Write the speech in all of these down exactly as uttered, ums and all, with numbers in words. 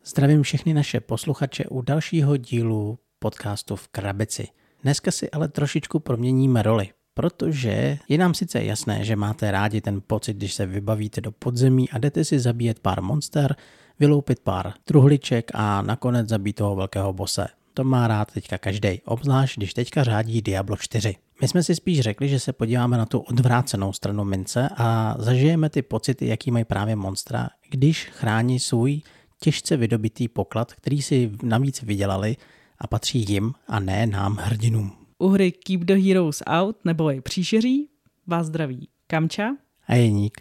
Zdravím všechny naše posluchače u dalšího dílu podcastu v krabici. Dneska si ale trošičku proměníme roli, protože je nám sice jasné, že máte rádi ten pocit, když se vybavíte do podzemí a jdete si zabíjet pár monster, vyloupit pár truhliček a nakonec zabít toho velkého bose. To má rád teďka každej, obzvlášť když teďka řádí Diablo čtyři. My jsme si spíš řekli, že se podíváme na tu odvrácenou stranu mince a zažijeme ty pocity, jaký mají právě monstra, když chrání svůj těžce vydobitý poklad, který si navíc vydělali a patří jim a ne nám hrdinům. U hry Keep the Heroes Out neboli Příšeří vás zdraví Kamča a Jeník.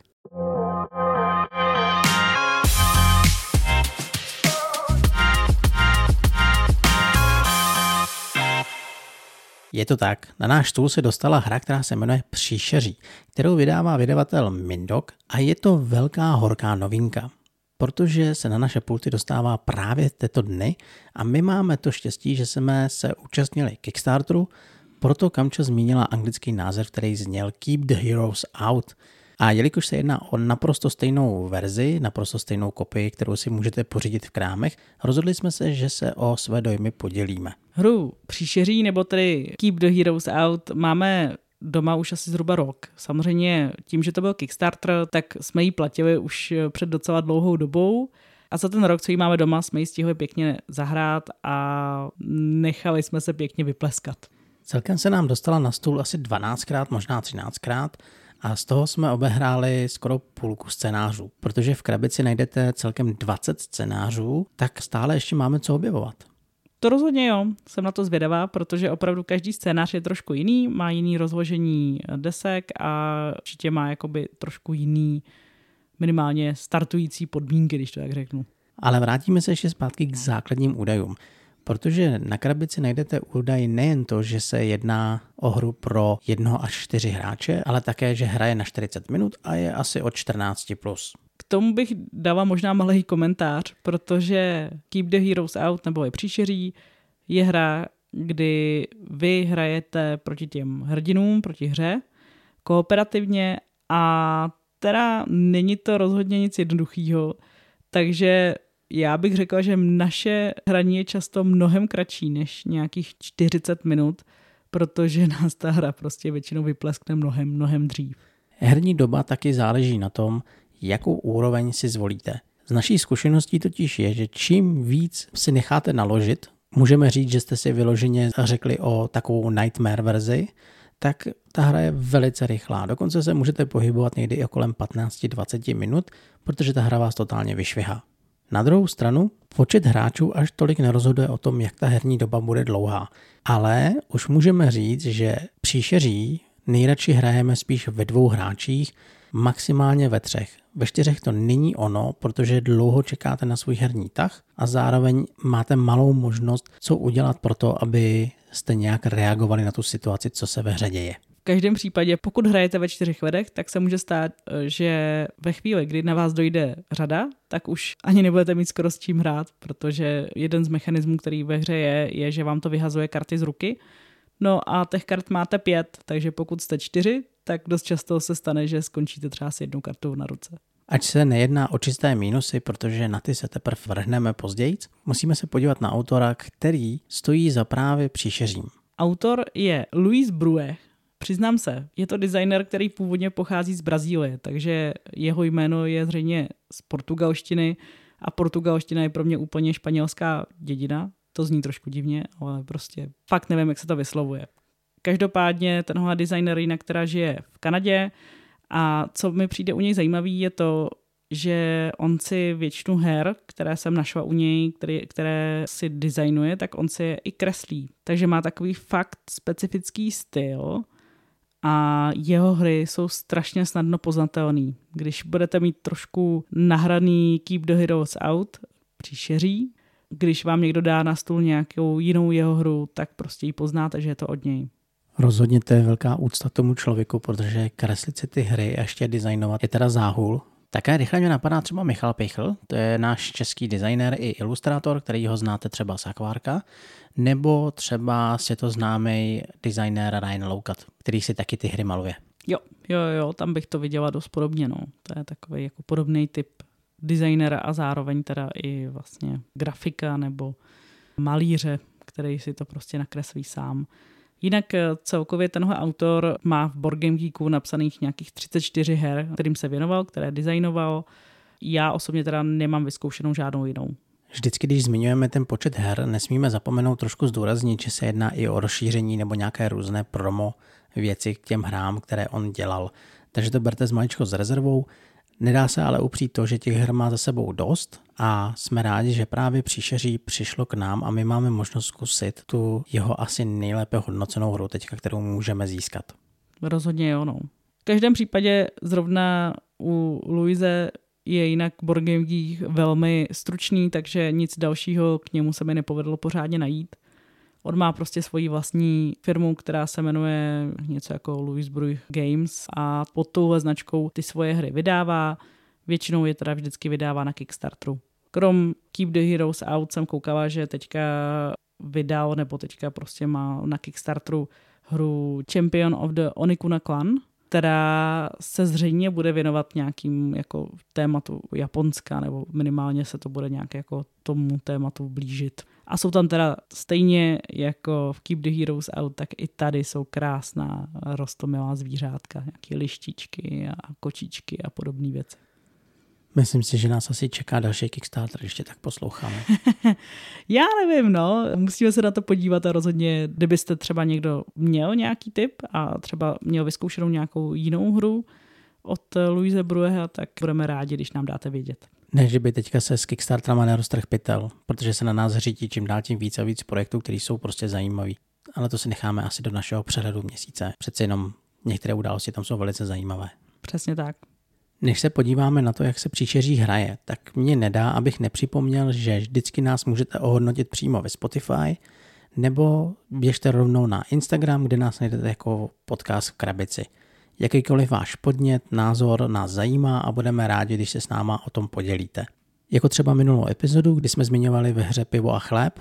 Je to tak, na náš stůl se dostala hra, která se jmenuje Příšeří, kterou vydává vydavatel Mindok a je to velká horká novinka, protože se na naše pulty dostává právě této dny a my máme to štěstí, že jsme se účastnili Kickstarteru, proto Kamča zmínila anglický název, který zněl Keep the Heroes Out. A jelikož se jedná o naprosto stejnou verzi, naprosto stejnou kopii, kterou si můžete pořídit v krámech, rozhodli jsme se, že se o své dojmy podělíme. Hru Příšeří, nebo tedy Keep the Heroes Out, máme doma už asi zhruba rok. Samozřejmě tím, že to byl Kickstarter, tak jsme ji platili už před docela dlouhou dobou a za ten rok, co ji máme doma, jsme ji stihli pěkně zahrát a nechali jsme se pěkně vypleskat. Celkem se nám dostala na stůl asi dvanáctkrát, možná třináctkrát a z toho jsme obehráli skoro půlku scénářů. Protože v krabici najdete celkem dvacet scénářů, tak stále ještě máme co objevovat. To rozhodně jo, jsem na to zvědavá, protože opravdu každý scénář je trošku jiný, má jiný rozložení desek a určitě má jakoby trošku jiný minimálně startující podmínky, když to tak řeknu. Ale vrátíme se ještě zpátky k základním údajům, protože na krabici najdete údaj nejen to, že se jedná o hru pro jednoho až čtyři hráče, ale také, že hraje na čtyřicet minut a je asi od čtrnáct plus. K tomu bych dala možná malý komentář, protože Keep the Heroes Out nebo je Příšeří je hra, kdy vy hrajete proti těm hrdinům, proti hře, kooperativně a teda není to rozhodně nic jednoduchýho, takže já bych řekla, že naše hraní je často mnohem kratší než nějakých čtyřicet minut, protože nás ta hra prostě většinou vypleskne mnohem, mnohem dřív. Herní doba taky záleží na tom, jakou úroveň si zvolíte. Z naší zkušeností totiž je, že čím víc si necháte naložit, můžeme říct, že jste si vyloženě řekli o takovou Nightmare verzi, tak ta hra je velice rychlá. Dokonce se můžete pohybovat někdy i kolem patnáct až dvacet minut, protože ta hra vás totálně vyšvihá. Na druhou stranu, počet hráčů až tolik nerozhoduje o tom, jak ta herní doba bude dlouhá. Ale už můžeme říct, že Příšeří nejradši hrajeme spíš ve dvou hráčích, maximálně ve třech. Ve čtyřech to není ono, protože dlouho čekáte na svůj herní tah a zároveň máte malou možnost, co udělat pro to, aby jste nějak reagovali na tu situaci, co se ve hře děje. V každém případě, pokud hrajete ve čtyřech lidech, tak se může stát, že ve chvíli, kdy na vás dojde řada, tak už ani nebudete mít skoro s čím hrát, protože jeden z mechanismů, který ve hře je, je, že vám to vyhazuje karty z ruky. No a těch kart máte pět, takže pokud jste čtyři, tak dost často se stane, že skončíte třeba s jednou kartou na ruce. Ať se nejedná o čisté mínusy, protože na ty se teprve vrhneme později, musíme se podívat na autora, který stojí za právě Příšeřím. Autor je Luis Bruehl. Přiznám se, je to designer, který původně pochází z Brazílie, takže jeho jméno je zřejmě z portugalštiny a portugalština je pro mě úplně španělská dědina. To zní trošku divně, ale prostě fakt nevím, jak se to vyslovuje. Každopádně tenhle designer jinak, která žije v Kanadě a co mi přijde u něj zajímavý je to, že on si většinu her, které jsem našla u něj, které, které si designuje, tak on si je i kreslí. Takže má takový fakt specifický styl a jeho hry jsou strašně snadno poznatelný. Když budete mít trošku nahraný Keep the Heroes Out, Příšeří, když vám někdo dá na stůl nějakou jinou jeho hru, tak prostě ji poznáte, že je to od něj. Rozhodně to je velká úcta tomu člověku, protože kreslit si ty hry a ještě designovat je teda záhul. Také rychle mě napadá třeba Michal Pichl, to je náš český designér i ilustrátor, který ho znáte třeba z Akvárka, nebo třeba světoznámý designér Ryan Loukat, který si taky ty hry maluje. Jo, jo, jo, tam bych to viděla dost podobně, no. To je takový jako podobný typ designera a zároveň teda i vlastně grafika nebo malíře, který si to prostě nakreslí sám. Jinak celkově tenhle autor má v Board Game Geeku napsaných nějakých třicet čtyři her, kterým se věnoval, které designoval. Já osobně teda nemám vyzkoušenou žádnou jinou. Vždycky, když zmiňujeme ten počet her, nesmíme zapomenout trošku zdůraznit, že se jedná i o rozšíření nebo nějaké různé promo věci k těm hrám, které on dělal. Takže to berte s maličko s rezervou. Nedá se ale upřít to, že těch her má za sebou dost a jsme rádi, že právě Příšeří přišlo k nám a my máme možnost zkusit tu jeho asi nejlépe hodnocenou hru teďka, kterou můžeme získat. Rozhodně jo, no. V každém případě zrovna u Louise je jinak Board Game Geek velmi stručný, takže nic dalšího k němu se mi nepovedlo pořádně najít. On má prostě svoji vlastní firmu, která se jmenuje něco jako Louis Bruch Games a pod touhle značkou ty svoje hry vydává. Většinou je teda vždycky vydává na Kickstarteru. Krom Keep the Heroes Out jsem koukala, že teďka vydal nebo teďka prostě má na Kickstarteru hru Champion of the Onikuna Clan, která se zřejmě bude věnovat nějakým jako tématu Japonska, nebo minimálně se to bude nějak jako tomu tématu blížit. A jsou tam teda stejně jako v Keep the Heroes Out, tak i tady jsou krásná roztomilá zvířátka, nějaké lištičky a kočičky a podobné věci. Myslím si, že nás asi čeká další Kickstarter, ještě tak posloucháme. Já nevím, no. Musíme se na to podívat a rozhodně, kdybyste třeba někdo měl nějaký tip a třeba měl vyzkoušenou nějakou jinou hru od Louise Brueha, tak budeme rádi, když nám dáte vědět. Ne, že by teďka se s Kickstarterama neroztrh pytel, protože se na nás řítí čím dál tím víc a víc projektů, které jsou prostě zajímavý. Ale to si necháme asi do našeho přehledu měsíce. Přece jenom některé události tam jsou velice zajímavé. Přesně tak. Než se podíváme na to, jak se Příšeří hraje, tak mě nedá, abych nepřipomněl, že vždycky nás můžete ohodnotit přímo ve Spotify, nebo běžte rovnou na Instagram, kde nás najdete jako podcast v krabici. Jakýkoliv váš podnět, názor nás zajímá a budeme rádi, když se s náma o tom podělíte. Jako třeba minulou epizodu, kdy jsme zmiňovali ve hře Pivo a chléb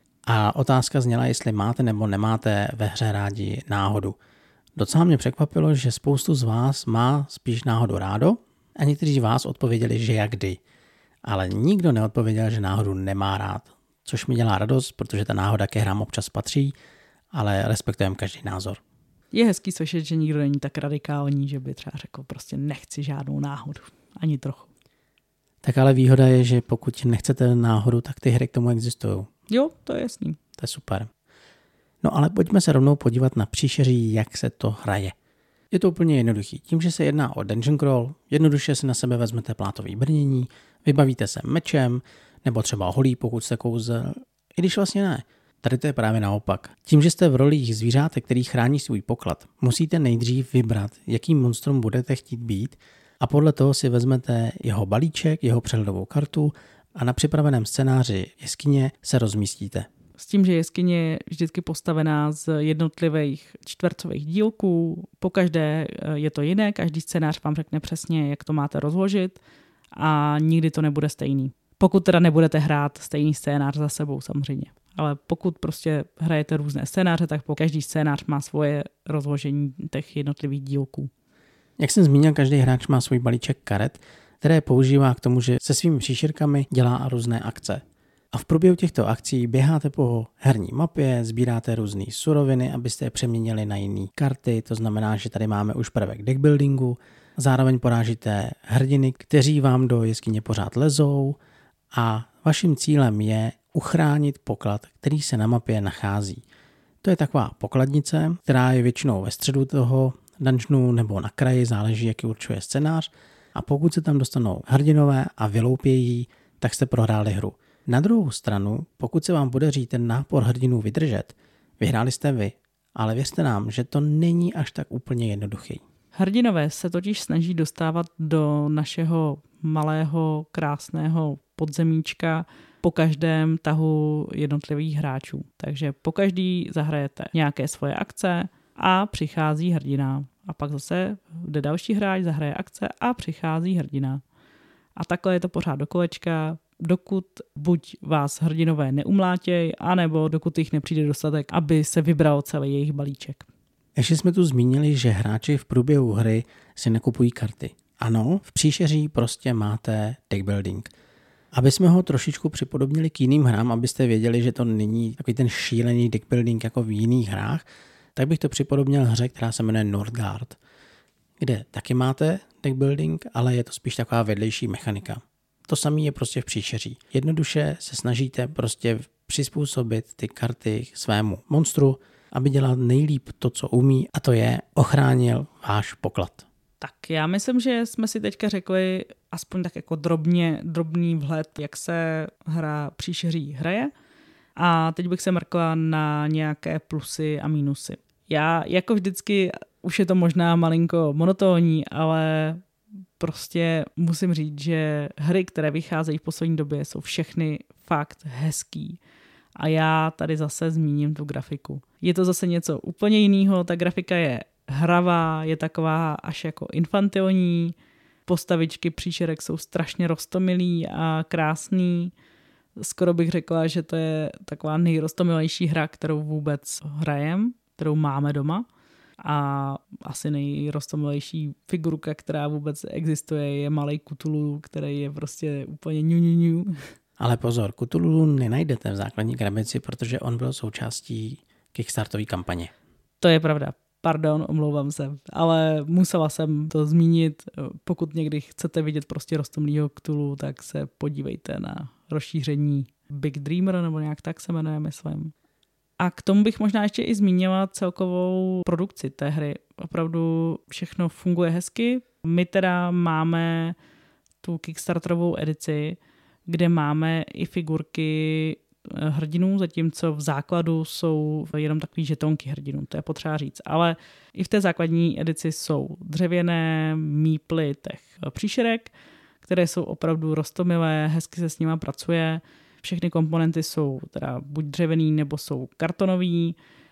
a otázka zněla, jestli máte nebo nemáte ve hře rádi náhodu. Docela mě překvapilo, že spoustu z vás má spíš náhodu rádo a někteří z vás odpověděli, že jak kdy. Ale nikdo neodpověděl, že náhodu nemá rád, což mi dělá radost, protože ta náhoda ke hrám občas patří, ale respektujeme každý názor. Je hezký slyšet, že nikdo není tak radikální, že by třeba řekl prostě nechci žádnou náhodu. Ani trochu. Tak ale výhoda je, že pokud nechcete náhodu, tak ty hry k tomu existují. Jo, to je jasný. To je super. No ale pojďme se rovnou podívat na Příšeří, jak se to hraje. Je to úplně jednoduchý. Tím, že se jedná o dungeon crawl, jednoduše si na sebe vezmete plátový brnění, vybavíte se mečem, nebo třeba holí, pokud jste kouzel, i když vlastně ne. Tady to je právě naopak. Tím, že jste v rolích zvířátek, který chrání svůj poklad, musíte nejdřív vybrat, jaký monstrum budete chtít být a podle toho si vezmete jeho balíček, jeho přehledovou kartu a na připraveném scénáři jeskyně se rozmístíte. S tím, že jeskyně je vždycky postavená z jednotlivých čtvercových dílků, pokaždé je to jiné, každý scénář vám řekne přesně, jak to máte rozložit a nikdy to nebude stejný. Pokud teda nebudete hrát stejný scénář za sebou samozřejmě. Ale pokud prostě hrajete různé scénáře, tak po každý scénář má svoje rozložení těch jednotlivých dílků. Jak jsem zmínil, každý hráč má svůj balíček karet, které používá k tomu, že se svými příšerkami dělá různé akce. A v průběhu těchto akcí běháte po herní mapě, sbíráte různé suroviny, abyste je přeměnili na jiné karty, to znamená, že tady máme už prvek deckbuildingu, zároveň porážíte hrdiny, kteří vám do jeskyně pořád lezou a vaším cílem je uchránit poklad, který se na mapě nachází. To je taková pokladnice, která je většinou ve středu toho dungeonu nebo na kraji, záleží, jaký určuje scénář, a pokud se tam dostanou hrdinové a vyloupějí, tak jste prohráli hru. Na druhou stranu, pokud se vám podaří ten nápor hrdinů vydržet, vyhráli jste vy, ale věřte nám, že to není až tak úplně jednoduchý. Hrdinové se totiž snaží dostávat do našeho malého, krásného podzemíčka po každém tahu jednotlivých hráčů. Takže po každý zahrajete nějaké svoje akce a přichází hrdina. A pak zase jde další hráč, zahraje akce a přichází hrdina. A takhle je to pořád do kolečka, dokud buď vás hrdinové neumlátěj, anebo dokud jich nepřijde dostatek, aby se vybral celý jejich balíček. Ještě jsme tu zmínili, že hráči v průběhu hry si nakupují karty. Ano, v příšeří prostě máte deck building. Aby jsme ho trošičku připodobnili k jiným hrám, abyste věděli, že to není takový ten šílený deck building jako v jiných hrách, tak bych to připodobnil hře, která se jmenuje Northgard, kde taky máte deck building, ale je to spíš taková vedlejší mechanika. To samé je prostě v příšeří. Jednoduše se snažíte prostě přizpůsobit ty karty svému monstru, aby dělal nejlíp to, co umí, a to je ochránil váš poklad. Tak já myslím, že jsme si teďka řekli aspoň tak jako drobně, drobný vhled, jak se hra příšeří hraje. A teď bych se mrkla na nějaké plusy a mínusy. Já jako vždycky, už je to možná malinko monotónní, ale prostě musím říct, že hry, které vycházejí v poslední době, jsou všechny fakt hezký. A já tady zase zmíním tu grafiku. Je to zase něco úplně jiného, ta grafika je hravá, je taková až jako infantilní, postavičky příšerek jsou strašně roztomilý a krásný. Skoro bych řekla, že to je taková nejroztomilejší hra, kterou vůbec hrajem, kterou máme doma. A asi nejroztomilejší figurka, která vůbec existuje, je malej Cthulhu, který je prostě úplně ňu, ňu, ňu. Ale pozor, Cthulhu nenajdete v základní krabici, protože on byl součástí Kickstartové kampaně. To je pravda. Pardon, omlouvám se, ale musela jsem to zmínit. Pokud někdy chcete vidět prostě roztomilýho Cthulhu, tak se podívejte na rozšíření Big Dreamer, nebo nějak tak se jmenuje, myslím. A k tomu bych možná ještě i zmínila celkovou produkci té hry. Opravdu všechno funguje hezky. My teda máme tu Kickstarterovou edici, kde máme i figurky hrdinů, zatímco v základu jsou jenom takový žetonky hrdinů, to je potřeba říct. Ale i v té základní edici jsou dřevěné míply těch příšerek, které jsou opravdu roztomilé, hezky se s nima pracuje. Všechny komponenty jsou teda buď dřevěný, nebo jsou kartonový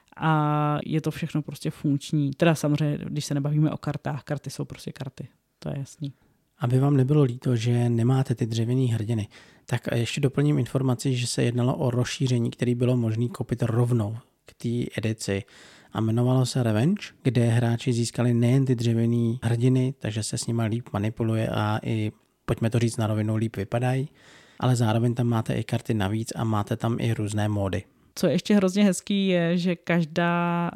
a je to všechno prostě funkční. Teda samozřejmě, když se nebavíme o kartách, karty jsou prostě karty, to je jasný. Aby vám nebylo líto, že nemáte ty dřevěný hrdiny, tak ještě doplním informaci, že se jednalo o rozšíření, které bylo možné koupit rovnou k té edici a jmenovalo se Revenge, kde hráči získali nejen ty dřevěný hrdiny, takže se s nima líp manipuluje a i, pojďme to říct na rovinu, líp vypadají, ale zároveň tam máte i karty navíc a máte tam i různé módy. Co je ještě hrozně hezký je, že každá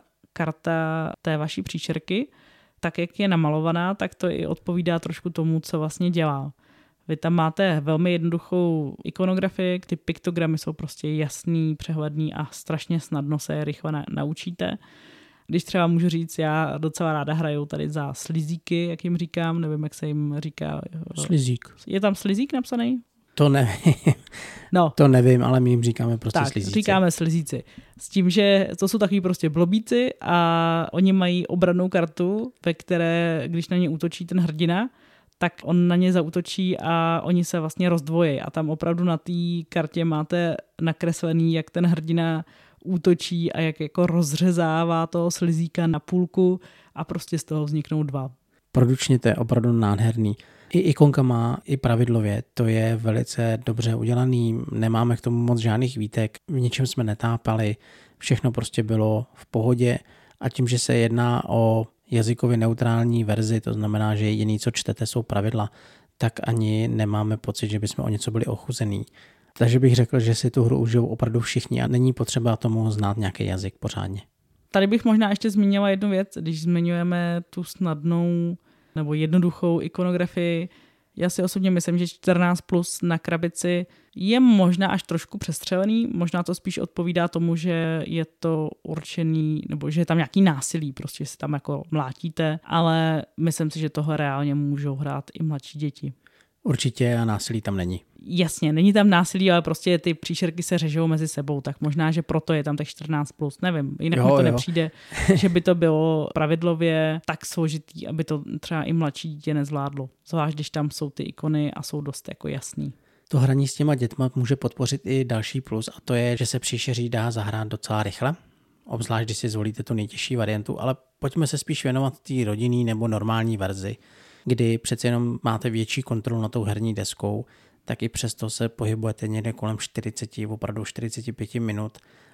karta té vaší příšerky, tak jak je namalovaná, tak to i odpovídá trošku tomu, co vlastně dělá. Vy tam máte velmi jednoduchou ikonografii, ty piktogramy jsou prostě jasný, přehledný a strašně snadno se je rychle na- naučíte. Když třeba můžu říct, já docela ráda hraju tady za slizíky, jak jim říkám, nevím, jak se jim říká. Slizík. Je tam slizík napsaný? To nevím. No. To nevím, ale my jim říkáme prostě tak, slizíci. říkáme slizíci. S tím, že to jsou takový prostě blobíci a oni mají obrannou kartu, ve které, když na ně útočí ten hrdina, tak on na ně zaútočí a oni se vlastně rozdvojí. A tam opravdu na té kartě máte nakreslený, jak ten hrdina útočí a jak jako rozřezává toho slizíka na půlku a prostě z toho vzniknou dva. Produkčně to je opravdu nádherný. I ikonka má, i pravidlově, to je velice dobře udělaný, nemáme k tomu moc žádných výtek, v ničem jsme netápali, všechno prostě bylo v pohodě a tím, že se jedná o jazykově neutrální verzi, to znamená, že jediný, co čtete, jsou pravidla, tak ani nemáme pocit, že bychom o něco byli ochuzený. Takže bych řekl, že si tu hru užijou opravdu všichni a není potřeba tomu znát nějaký jazyk pořádně. Tady bych možná ještě zmínila jednu věc, když zmiňujeme tu snadnou nebo jednoduchou ikonografii. Já si osobně myslím, že čtrnáct plus na krabici je možná až trošku přestřelený, možná to spíš odpovídá tomu, že je to určený, nebo že je tam nějaký násilí, prostě si tam jako mlátíte, ale myslím si, že tohle reálně můžou hrát i mladší děti. Určitě a násilí tam není. Jasně, není tam násilí, ale prostě ty příšerky se řežou mezi sebou, tak možná, že proto je tam těch čtrnáct plus, nevím. Jinak jo, mi to jo. nepřijde, že by to bylo pravidlově tak složitý, aby to třeba i mladší dítě nezvládlo. Zvlášť, když tam jsou ty ikony a jsou dost jako jasný. To hraní s těma dětma může podpořit i další plus a to je, že se příšeří dá zahrát docela rychle, obzvlášť když si zvolíte tu nejtěžší variantu, ale pojďme se spíš věnovat té rodinný nebo normální verzi, kdy přece jenom máte větší kontrolu nad tou herní deskou, tak i přesto se pohybujete někde kolem čtyřicet, opravdu čtyřicet pět minut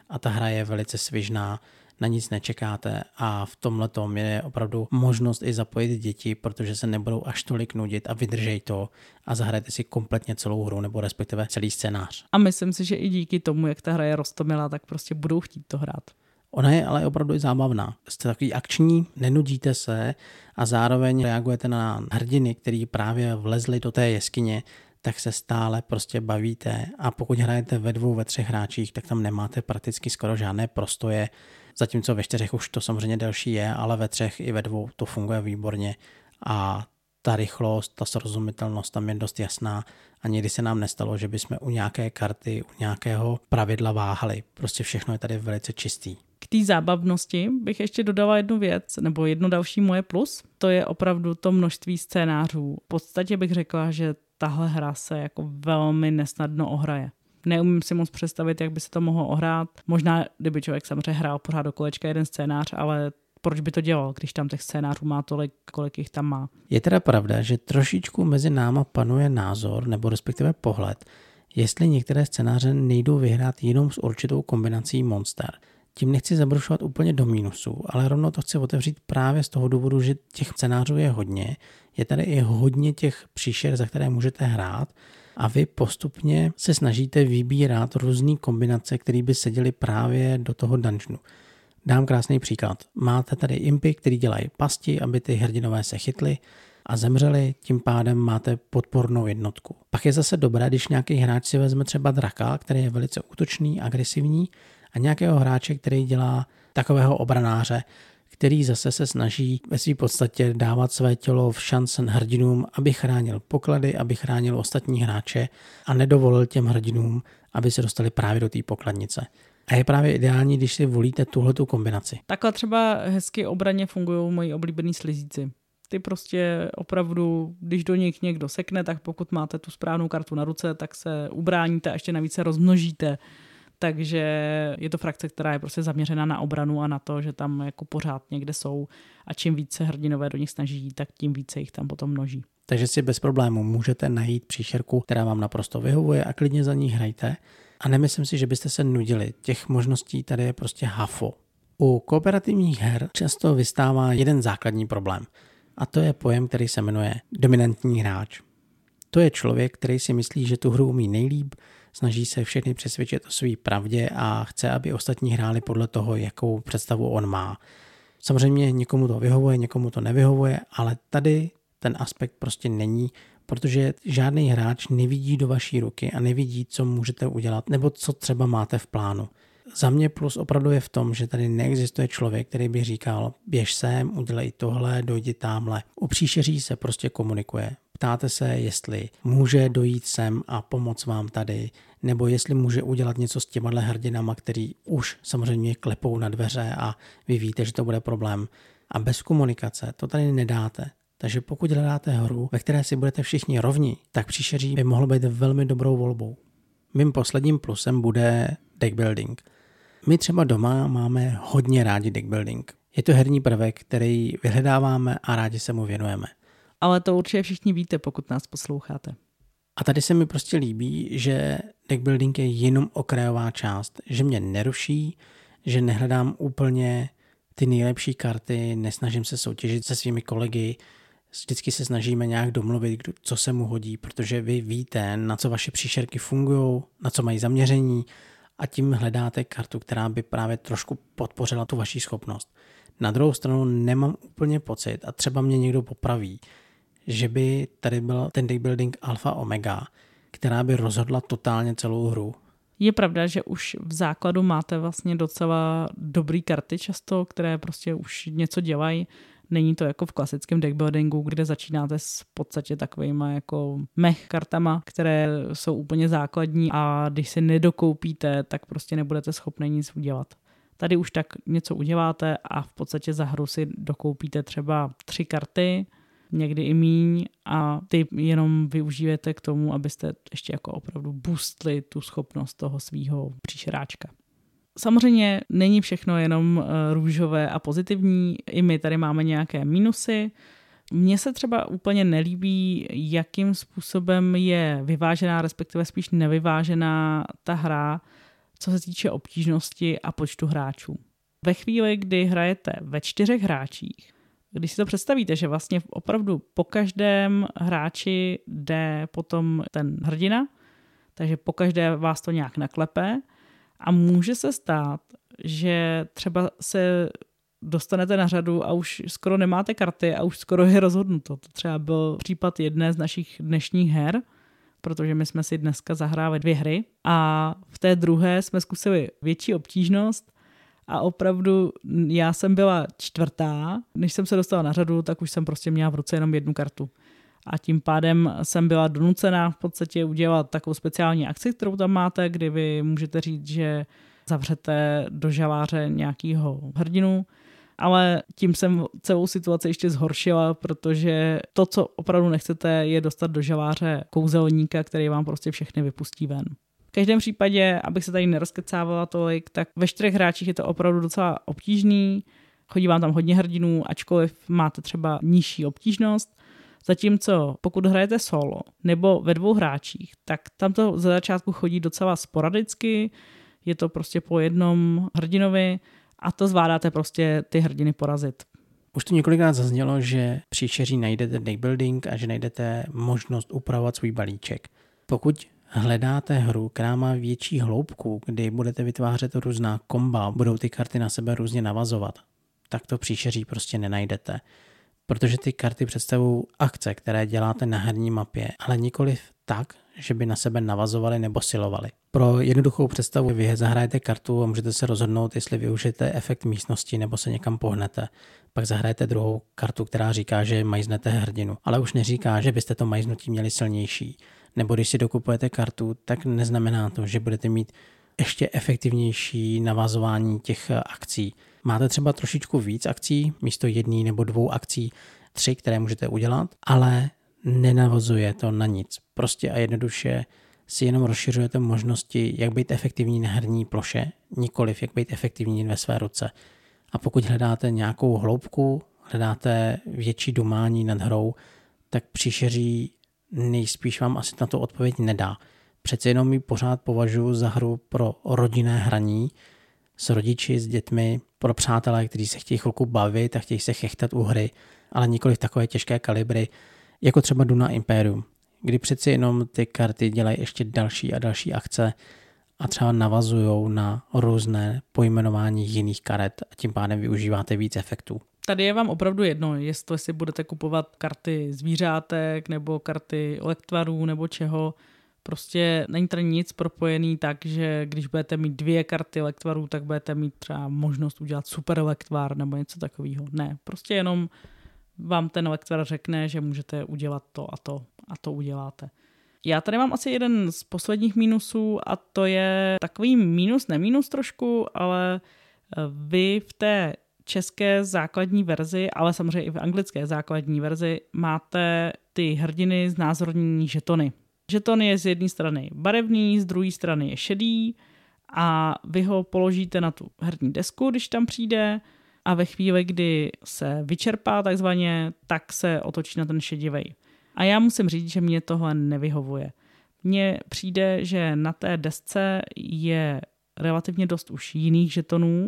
a ta hra je velice svižná, na nic nečekáte a v tomhletom je opravdu možnost i zapojit děti, protože se nebudou až tolik nudit a vydržej to a zahrajete si kompletně celou hru nebo respektive celý scénář. A myslím si, že i díky tomu, jak ta hra je roztomilá, tak prostě budou chtít to hrát. Ona je ale opravdu i zábavná. Jste takový akční, nenudíte se a zároveň reagujete na hrdiny, který právě vlezli do té jeskyně, tak se stále prostě bavíte a pokud hrajete ve dvou, ve třech hráčích, tak tam nemáte prakticky skoro žádné prostoje, zatímco ve čtyřech už to samozřejmě delší je, ale ve třech i ve dvou to funguje výborně a ta rychlost, ta srozumitelnost tam je dost jasná a někdy se nám nestalo, že bychom u nějaké karty, u nějakého pravidla váhali. Prostě všechno je tady velice čistý. K té zábavnosti bych ještě dodala jednu věc, nebo jedno další moje plus, to je opravdu to množství scénářů. V podstatě bych řekla, že tahle hra se jako velmi nesnadno ohraje. Neumím si moc představit, jak by se to mohlo ohrát. Možná, kdyby člověk samozřejmě hrál pořád do kolečka jeden scénář, ale proč by to dělal, když tam těch scénářů má tolik, kolik jich tam má. Je teda pravda, že trošičku mezi náma panuje názor, nebo respektive pohled, jestli některé scénáře nejdou vyhrát jenom s určitou kombinací monster. Tím nechci zabrušovat úplně do mínusu, ale rovnou to chci otevřít právě z toho důvodu, že těch scénářů je hodně, je tady i hodně těch příšer, za které můžete hrát a vy postupně se snažíte vybírat různé kombinace, které by seděly právě do toho dungeonu. Dám krásný příklad. Máte tady impy, který dělají pasti, aby ty hrdinové se chytli a zemřeli, tím pádem máte podpornou jednotku. Pak je zase dobré, když nějaký hráč si vezme třeba draka, který je velice útočný, agresivní, a nějakého hráče, který dělá takového obranáře, který zase se snaží ve své podstatě dávat své tělo v šanc hrdinům, aby chránil poklady, aby chránil ostatní hráče a nedovolil těm hrdinům, aby se dostali právě do té pokladnice. A je právě ideální, když si volíte tuhletu kombinaci. Takhle třeba hezky obraně fungují moji oblíbený slizíci. Ty prostě opravdu, když do nich někdo sekne, tak pokud máte tu správnou kartu na ruce, tak se ubráníte a ještě navíc se rozmnožíte. Takže je to frakce, která je prostě zaměřena na obranu a na to, že tam jako pořád někde jsou a čím více hrdinové do nich snaží, tak tím více jich tam potom množí. Takže si bez problému můžete najít příšerku, která vám naprosto vyhovuje a klidně za ní hrajte. A nemyslím si, že byste se nudili. Těch možností tady je prostě hafo. U kooperativních her často vystává jeden základní problém. A to je pojem, který se jmenuje dominantní hráč. To je člověk, který si myslí, že tu hru umí nejlíp, snaží se všechny přesvědčit o své pravdě a chce, aby ostatní hráli podle toho, jakou představu on má. Samozřejmě někomu to vyhovuje, někomu to nevyhovuje, ale tady ten aspekt prostě není, protože žádný hráč nevidí do vaší ruky a nevidí, co můžete udělat nebo co třeba máte v plánu. Za mě plus opravdu je v tom, že tady neexistuje člověk, který by říkal, běž sem, udělej tohle, dojdi támhle. U příšeří se prostě komunikuje. Ptáte se, jestli může dojít sem a pomoct vám tady, nebo jestli může udělat něco s těmahle hrdinama, který už samozřejmě klepou na dveře a vy víte, že to bude problém. A bez komunikace to tady nedáte. Takže pokud hledáte hru, ve které si budete všichni rovni, tak příšeří by mohlo být velmi dobrou volbou. Mým posledním plusem bude deckbuilding. My třeba doma máme hodně rádi deckbuilding. Je to herní prvek, který vyhledáváme a rádi se mu věnujeme. Ale to určitě všichni víte, pokud nás posloucháte. A tady se mi prostě líbí, že deckbuilding je jenom okrajová část, že mě neruší, že nehledám úplně ty nejlepší karty, nesnažím se soutěžit se svými kolegy, vždycky se snažíme nějak domluvit, co se mu hodí, protože vy víte, na co vaše příšerky fungují, na co mají zaměření a tím hledáte kartu, která by právě trošku podpořila tu vaši schopnost. Na druhou stranu nemám úplně pocit, a třeba mě někdo popraví, že by tady byl ten deckbuilding alfa omega, která by rozhodla totálně celou hru. Je pravda, že už v základu máte vlastně docela dobrý karty často, které prostě už něco dělají. Není to jako v klasickém deckbuildingu, kde začínáte s v podstatě takovýma jako mech kartama, které jsou úplně základní a když si nedokoupíte, tak prostě nebudete schopni nic udělat. Tady už tak něco uděláte a v podstatě za hru si dokoupíte třeba tři karty, někdy i míň a ty jenom využijete k tomu, abyste ještě jako opravdu boostli tu schopnost toho svýho příšeráčka. Samozřejmě není všechno jenom růžové a pozitivní, i my tady máme nějaké minusy. Mně se třeba úplně nelíbí, jakým způsobem je vyvážená, respektive spíš nevyvážená ta hra co se týče obtížnosti a počtu hráčů. Ve chvíli, kdy hrajete ve čtyřech hráčích, když si to představíte, že vlastně opravdu po každém hráči jde potom ten hrdina, takže po každé vás to nějak naklepe a může se stát, že třeba se dostanete na řadu a už skoro nemáte karty a už skoro je rozhodnuto. To třeba byl případ jedné z našich dnešních her, protože my jsme si dneska zahráli dvě hry a v té druhé jsme zkusili větší obtížnost a opravdu já jsem byla čtvrtá. Než jsem se dostala na řadu, tak už jsem prostě měla v ruce jenom jednu kartu. A tím pádem jsem byla donucená v podstatě udělat takovou speciální akci, kterou tam máte, kdy vy můžete říct, že zavřete do žaláře nějakého hrdinu, ale tím jsem celou situaci ještě zhoršila, protože to, co opravdu nechcete, je dostat do žaláře kouzelníka, který vám prostě všechny vypustí ven. V každém případě, abych se tady nerozkecávala tolik, tak ve čtyřech hráčích je to opravdu docela obtížný, chodí vám tam hodně hrdinů, ačkoliv máte třeba nižší obtížnost. Zatímco pokud hrajete solo nebo ve dvou hráčích, tak tam to za začátku chodí docela sporadicky, je to prostě po jednom hrdinovi a to zvládáte prostě ty hrdiny porazit. Už to několikrát zaznělo, že příšeří najdete deckbuilding a že najdete možnost upravovat svůj balíček. Pokud hledáte hru, která má větší hloubku, kdy budete vytvářet různá komba, budou ty karty na sebe různě navazovat, tak to příšeří prostě nenajdete. Protože ty karty představují akce, které děláte na herní mapě, ale nikoliv tak, že by na sebe navazovaly nebo silovaly. Pro jednoduchou představu vy zahrajete kartu a můžete se rozhodnout, jestli využijete efekt místnosti nebo se někam pohnete. Pak zahrajete druhou kartu, která říká, že majznete hrdinu, ale už neříká, že byste to majznutí měli silnější. Nebo když si dokupujete kartu, tak neznamená to, že budete mít ještě efektivnější navazování těch akcí. Máte třeba trošičku víc akcí, místo jedné nebo dvou akcí, tři, které můžete udělat, ale nenavazuje to na nic. Prostě a jednoduše si jenom rozšiřujete možnosti, jak být efektivní na herní ploše, nikoliv jak být efektivní ve své ruce. A pokud hledáte nějakou hloubku, hledáte větší domání nad hrou, tak příšeří nejspíš vám asi na to odpověď nedá. Přece jenom ji pořád považuji za hru pro rodinné hraní, s rodiči, s dětmi, pro přátelé, kteří se chtějí chvilku bavit a chtějí se chechtat u hry, ale nikoli v takové těžké kalibry, jako třeba Duna Imperium, kdy přeci jenom ty karty dělají ještě další a další akce a třeba navazují na různé pojmenování jiných karet a tím pádem využíváte víc efektů. Tady je vám opravdu jedno, jestli si budete kupovat karty zvířátek nebo karty lektvarů nebo čeho. Prostě není tady nic propojený tak, že když budete mít dvě karty lektvarů, tak budete mít třeba možnost udělat super lektvar nebo něco takového. Ne, prostě jenom vám ten lektvar řekne, že můžete udělat to a to a to uděláte. Já tady mám asi jeden z posledních mínusů a to je takový mínus, nemínus trošku, ale vy v té české základní verzi, ale samozřejmě i v anglické základní verzi máte ty hrdiny znázornění žetony. Žeton je z jedné strany barevný, z druhé strany je šedý a vy ho položíte na tu herní desku, když tam přijde a ve chvíli, kdy se vyčerpá takzvaně, tak se otočí na ten šedivej. A já musím říct, že mě tohle nevyhovuje. Mně přijde, že na té desce je relativně dost už jiných žetonů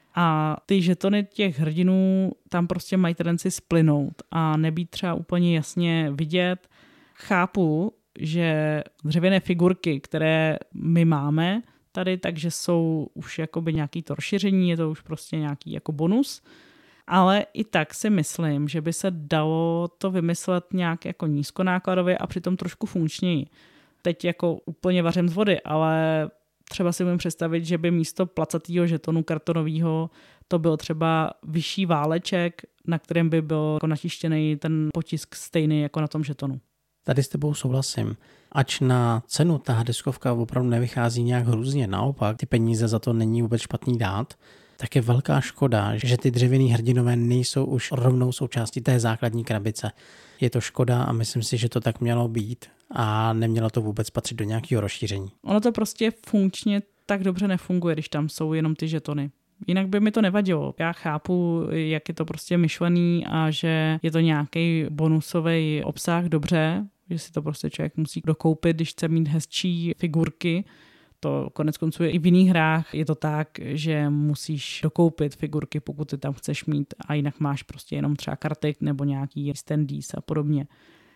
a ty žetony těch hrdinů tam prostě mají tendenci splynout a nebýt třeba úplně jasně vidět. Chápu, že dřevěné figurky, které my máme tady, takže jsou už jakoby nějaký to rozšíření, je to už prostě nějaký jako bonus, ale i tak si myslím, že by se dalo to vymyslet nějak jako nízkonákladově a přitom trošku funkčněji. Teď jako úplně vařím z vody, ale třeba si můžu představit, že by místo placatýho žetonu kartonového to byl třeba vyšší váleček, na kterém by byl jako natištěný ten potisk stejný jako na tom žetonu. Tady s tebou souhlasím. Ač na cenu ta deskovka opravdu nevychází nějak hrůzně, naopak ty peníze za to není vůbec špatný dát, tak je velká škoda, že ty dřevěný hrdinové nejsou už rovnou součástí té základní krabice. Je to škoda a myslím si, že to tak mělo být a nemělo to vůbec patřit do nějakého rozšíření. Ono to prostě funkčně tak dobře nefunguje, když tam jsou jenom ty žetony. Jinak by mi to nevadilo. Já chápu, jak je to prostě myšlený a že je to nějaký bonusový obsah, dobře, že si to prostě člověk musí dokoupit, když chce mít hezčí figurky, To konec konců je i v jiných hrách. Je to tak, že musíš dokoupit figurky, pokud ty tam chceš mít a jinak máš prostě jenom třeba karty nebo nějaký standees a podobně.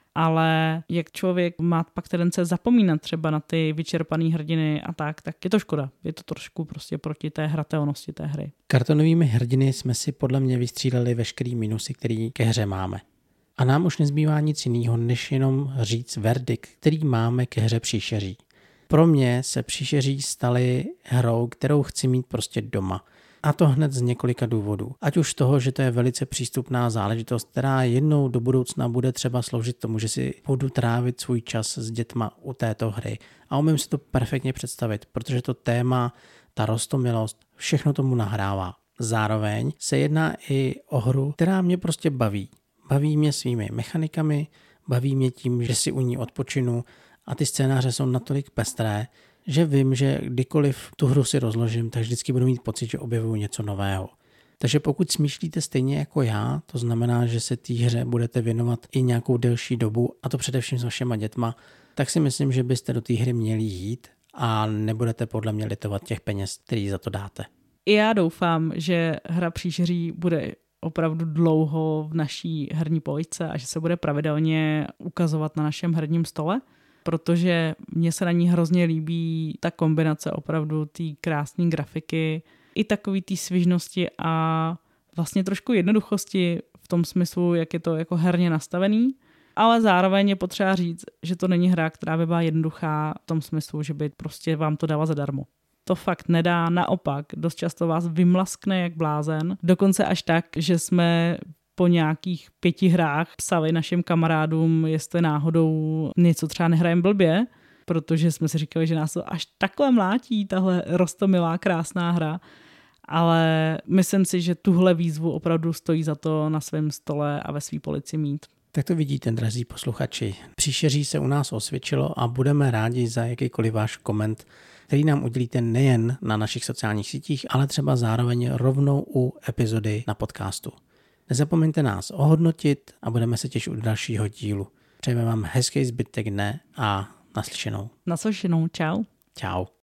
Ale jak člověk má pak tendence zapomínat třeba na ty vyčerpaný hrdiny a tak, tak je to škoda. Je to trošku prostě proti té hratelnosti té hry. Kartonovými hrdiny jsme si podle mě vystřídali veškerý minusy, který ke hře máme. A nám už nezbývá nic jiného, než jenom říct verdikt, který máme ke hře Příšeří. Pro mě se Příšeří staly hrou, kterou chci mít prostě doma. A to hned z několika důvodů. Ať už toho, že to je velice přístupná záležitost, která jednou do budoucna bude třeba sloužit tomu, že si budu trávit svůj čas s dětma u této hry. A umím si to perfektně představit, protože to téma, ta roztomilost, všechno tomu nahrává. Zároveň se jedná i o hru, která mě prostě baví. Baví mě svými mechanikami, baví mě tím, že si u ní odpočinu a ty scénáře jsou natolik pestré, že vím, že kdykoliv tu hru si rozložím, tak vždycky budu mít pocit, že objevuju něco nového. Takže pokud smýšlíte stejně jako já, to znamená, že se té hře budete věnovat i nějakou delší dobu, a to především s vašima dětma, tak si myslím, že byste do té hry měli jít a nebudete podle mě litovat těch peněz, který za to dáte. I já doufám, že hra Příšeří bude opravdu dlouho v naší herní poličce a že se bude pravidelně ukazovat na našem herním stole, protože mně se na ní hrozně líbí ta kombinace opravdu té krásné grafiky, i takový té svižnosti a vlastně trošku jednoduchosti v tom smyslu, jak je to jako herně nastavený, ale zároveň je potřeba říct, že to není hra, která by byla jednoduchá v tom smyslu, že by prostě vám to dala zadarmo. To fakt nedá, naopak, dost často vás vymlaskne jak blázen, dokonce až tak, že jsme po nějakých pěti hrách psali našim kamarádům, jestli náhodou něco třeba nehrajem blbě, protože jsme si říkali, že nás to až takhle mlátí, tahle roztomilá krásná hra, ale myslím si, že tuhle výzvu opravdu stojí za to na svém stole a ve své polici mít. Tak to vidíte, drazí posluchači. Příšeří se u nás osvědčilo a budeme rádi za jakýkoliv váš koment, který nám udělíte nejen na našich sociálních sítích, ale třeba zároveň rovnou u epizody na podcastu. Nezapomeňte nás ohodnotit a budeme se těšit u dalšího dílu. Přejeme vám hezký zbytek dne a naslyšenou. Naslyšenou, čau. Čau.